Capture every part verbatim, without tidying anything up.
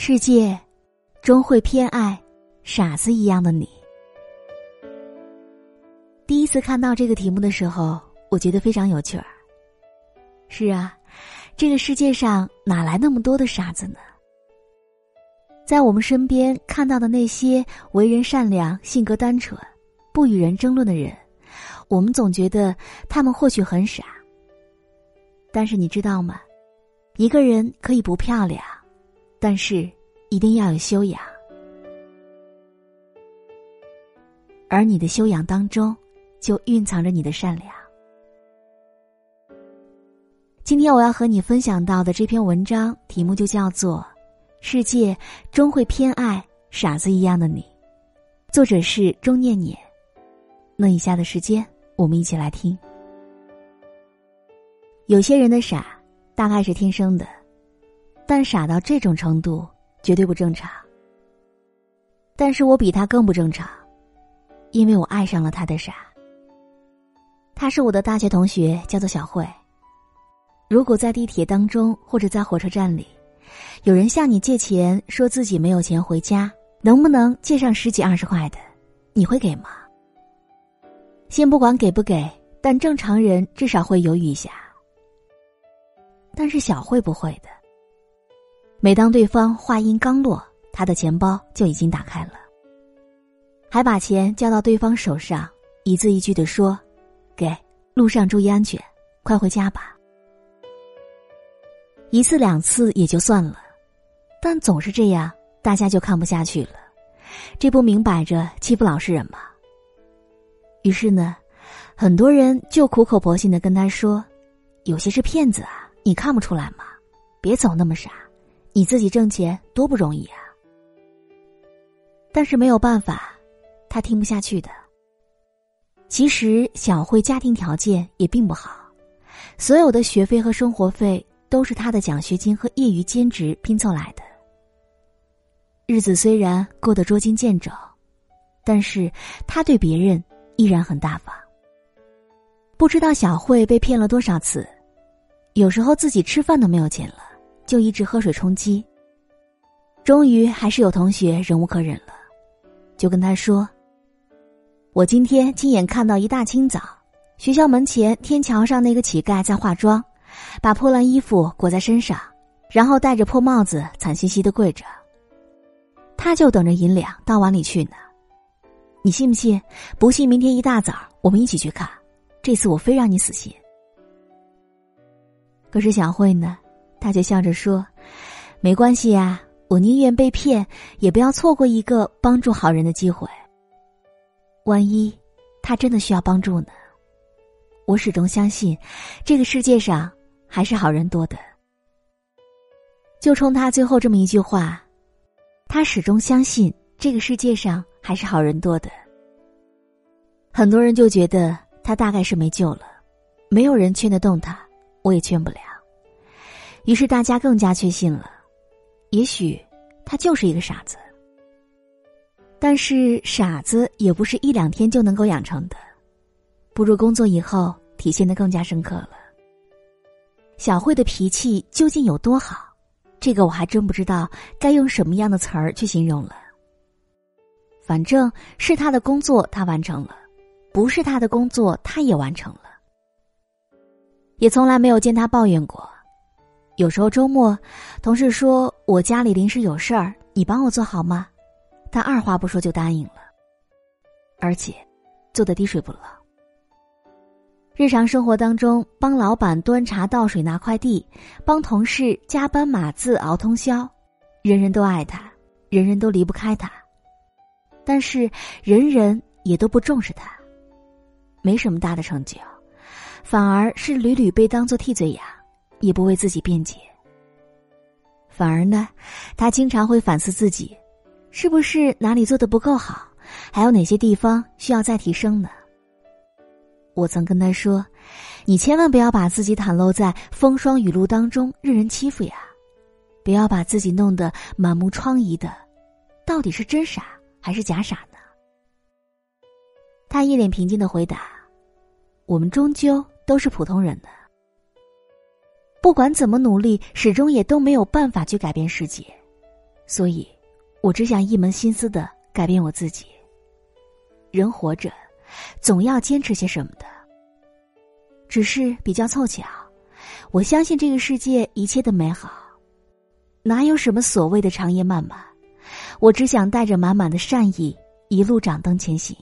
世界终会偏爱傻子一样的你。第一次看到这个题目的时候，我觉得非常有趣儿。是啊，这个世界上哪来那么多的傻子呢？在我们身边看到的那些为人善良、性格单纯、不与人争论的人，我们总觉得他们或许很傻。但是你知道吗？一个人可以不漂亮，但是一定要有修养。而你的修养当中，就蕴藏着你的善良。今天我要和你分享到的这篇文章，题目就叫做世界终会偏爱傻子一样的你，作者是钟念念。那以下的时间我们一起来听。有些人的傻大概是天生的，但傻到这种程度绝对不正常。但是我比他更不正常，因为我爱上了他的傻。他是我的大学同学，叫做小慧。如果在地铁当中或者在火车站里，有人向你借钱，说自己没有钱回家，能不能借上十几二十块的，你会给吗？先不管给不给，但正常人至少会犹豫一下。但是小慧不会的，每当对方话音刚落，他的钱包就已经打开了，还把钱交到对方手上，一字一句地说：给，路上注意安全，快回家吧。一次两次也就算了，但总是这样，大家就看不下去了，这不明摆着欺负老实人吗？于是呢，很多人就苦口婆心地跟他说，有些是骗子啊，你看不出来吗？别走那么傻，你自己挣钱多不容易啊。但是没有办法，他听不下去的。其实小慧家庭条件也并不好，所有的学费和生活费都是他的奖学金和业余兼职拼凑来的。日子虽然过得捉襟见肘，但是他对别人依然很大方。不知道小慧被骗了多少次，有时候自己吃饭都没有钱了，就一直喝水充饥。终于还是有同学忍无可忍了，就跟他说，我今天亲眼看到一大清早，学校门前天桥上那个乞丐在化妆，把破烂衣服裹在身上，然后戴着破帽子惨兮兮地跪着，他就等着银两到碗里去呢。你信不信？不信明天一大早我们一起去看，这次我非让你死心。可是小慧呢，她就笑着说，没关系啊，我宁愿被骗，也不要错过一个帮助好人的机会。万一他真的需要帮助呢？我始终相信这个世界上还是好人多的。就冲他最后这么一句话，他始终相信这个世界上还是好人多的。很多人就觉得他大概是没救了，没有人劝得动他，我也劝不了。于是大家更加确信了，也许他就是一个傻子。但是傻子也不是一两天就能够养成的，步入工作以后体现得更加深刻了。小慧的脾气究竟有多好，这个我还真不知道该用什么样的词儿去形容了。反正是他的工作他完成了，不是他的工作他也完成了，也从来没有见他抱怨过。有时候周末同事说，我家里临时有事儿，你帮我做好吗？他二话不说就答应了，而且做得滴水不漏。日常生活当中，帮老板端茶倒水拿快递，帮同事加班码字熬通宵，人人都爱他，人人都离不开他，但是人人也都不重视他，没什么大的成就，反而是屡屡被当作替罪羊，也不为自己辩解。反而呢，他经常会反思自己是不是哪里做得不够好，还有哪些地方需要再提升呢？我曾跟他说，你千万不要把自己袒露在风霜雨露当中任人欺负呀，不要把自己弄得满目疮痍的，到底是真傻还是假傻呢？他一脸平静地回答，我们终究都是普通人的，不管怎么努力，始终也都没有办法去改变世界， 所以我只想一门心思的改变我自己。人活着总要坚持些什么的，只是比较凑巧，我相信这个世界一切的美好，哪有什么所谓的长夜漫漫，我只想带着满满的善意一路掌灯前行。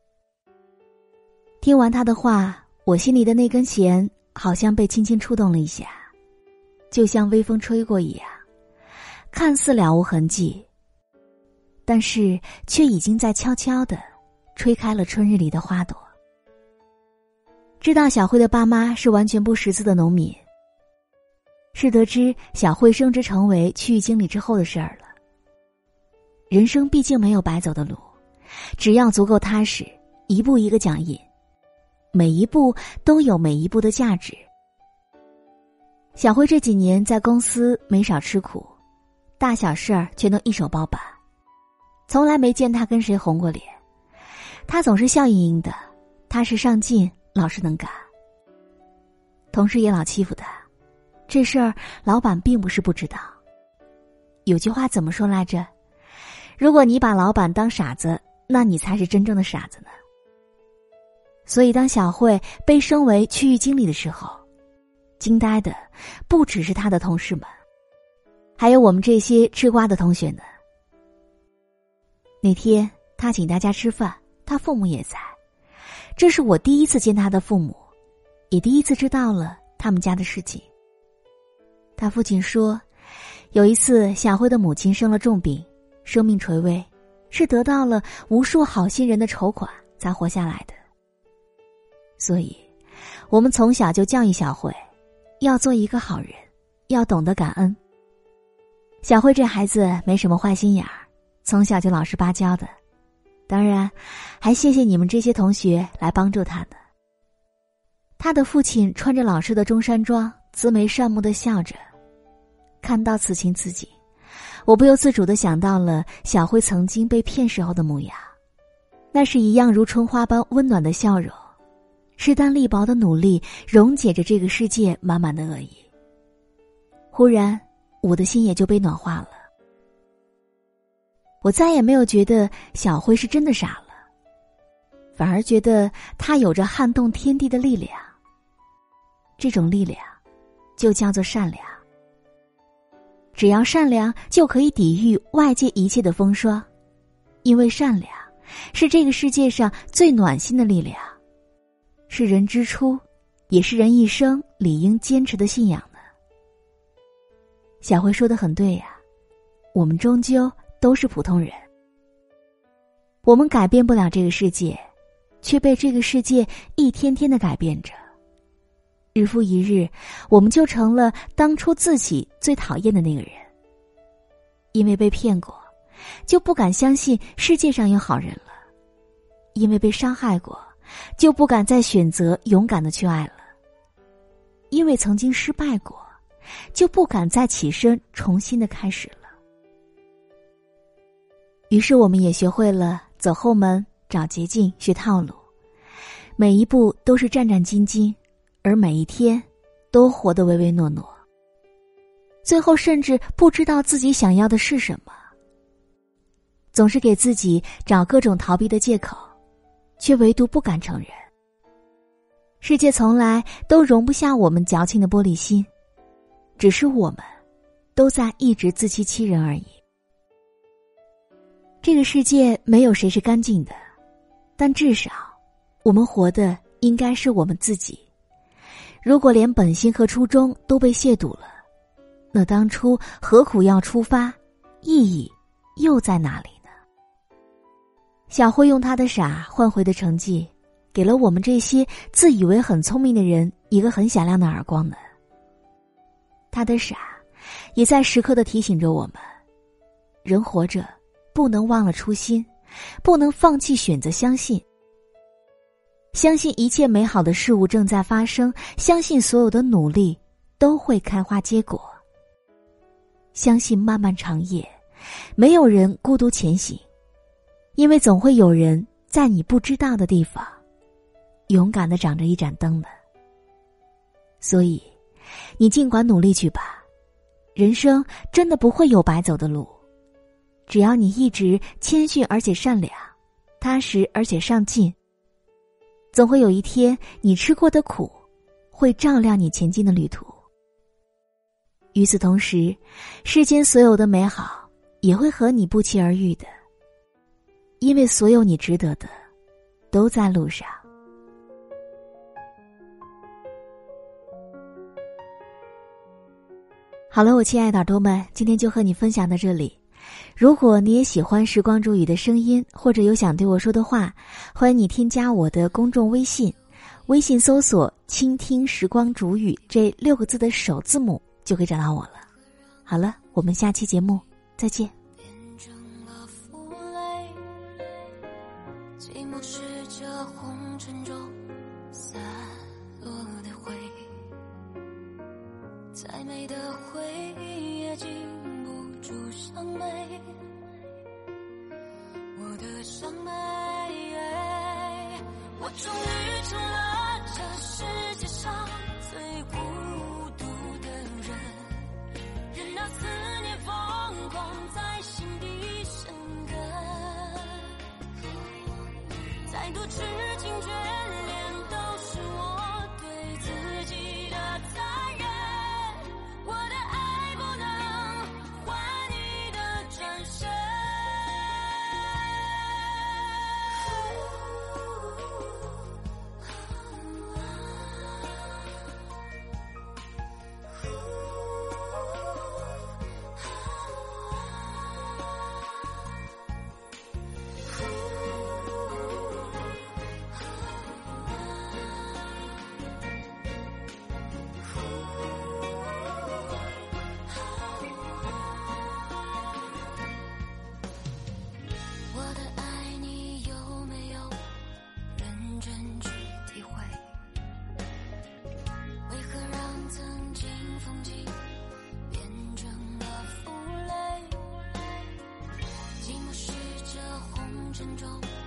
听完他的话，我心里的那根弦好像被轻轻触动了一下，就像微风吹过一样，看似了无痕迹，但是却已经在悄悄地吹开了春日里的花朵。知道小慧的爸妈是完全不识字的农民，是得知小慧升职成为区域经理之后的事儿了。人生毕竟没有白走的路，只要足够踏实，一步一个脚印，每一步都有每一步的价值。小慧这几年在公司没少吃苦，大小事儿全都一手包办，从来没见她跟谁红过脸。她总是笑盈盈的，踏实上进，老实能干。同事也老欺负她，这事儿老板并不是不知道。有句话怎么说来着？如果你把老板当傻子，那你才是真正的傻子呢。所以当小慧被升为区域经理的时候，惊呆的不只是她的同事们，还有我们这些吃瓜的同学呢。那天她请大家吃饭，她父母也在，这是我第一次见她的父母，也第一次知道了他们家的事情。她父亲说，有一次小慧的母亲生了重病，生命垂危，是得到了无数好心人的筹款才活下来的。所以我们从小就教育小慧要做一个好人，要懂得感恩。小慧这孩子没什么坏心眼儿，从小就老实巴交的，当然还谢谢你们这些同学来帮助他的。他的父亲穿着老式的中山装，慈眉善目的笑着。看到此情此景，我不由自主地想到了小慧曾经被骗时候的模样，那是一样如春花般温暖的笑容，势单力薄的努力溶解着这个世界满满的恶意。忽然我的心也就被暖化了，我再也没有觉得小慧是真的傻了，反而觉得她有着撼动天地的力量。这种力量就叫做善良。只要善良，就可以抵御外界一切的风霜，因为善良是这个世界上最暖心的力量，是人之初，也是人一生理应坚持的信仰呢。小慧说得很对呀，我们终究都是普通人，我们改变不了这个世界，却被这个世界一天天的改变着。日复一日，我们就成了当初自己最讨厌的那个人。因为被骗过，就不敢相信世界上有好人了；因为被伤害过，就不敢再选择勇敢的去爱了；因为曾经失败过，就不敢再起身重新的开始了。于是我们也学会了走后门，找捷径，学套路，每一步都是战战兢兢，而每一天都活得唯唯诺诺，最后甚至不知道自己想要的是什么，总是给自己找各种逃避的借口，却唯独不敢承认。世界从来都容不下我们矫情的玻璃心，只是我们都在一直自欺欺人而已。这个世界没有谁是干净的，但至少我们活的应该是我们自己。如果连本心和初衷都被亵渎了，那当初何苦要出发，意义又在哪里呢？小慧用她的傻换回的成绩，给了我们这些自以为很聪明的人一个很响亮的耳光呢。她的傻也在时刻地提醒着我们，人活着不能忘了初心，不能放弃选择相信。相信一切美好的事物正在发生，相信所有的努力都会开花结果。相信漫漫长夜，没有人孤独前行，因为总会有人在你不知道的地方，勇敢地掌着一盏灯的。所以，你尽管努力去吧，人生真的不会有白走的路， 只要你一直谦逊而且善良，踏实而且上进，总会有一天你吃过的苦会照亮你前进的旅途。与此同时，世间所有的美好也会和你不期而遇的，因为所有你值得的都在路上。好了，我亲爱的耳朵们，今天就和你分享到这里。如果你也喜欢时光煮雨的声音，或者有想对我说的话，欢迎你添加我的公众微信，微信搜索倾听时光煮雨这六个字的首字母就可以找到我了。好了，我们下期节目再见。 变成了负累，寂寞是这红尘中洒落的灰，再美的回忆也经不住伤悲，我的伤悲，我终于成了这世界上最孤独的人，任那思念疯狂在心底生根，再多痴情眷恋都是我对自己的残忍，我的爱不能换你的转身。我的爱你有没有认真去体会？为何让曾经风景变成了负累？寂寞是这红尘中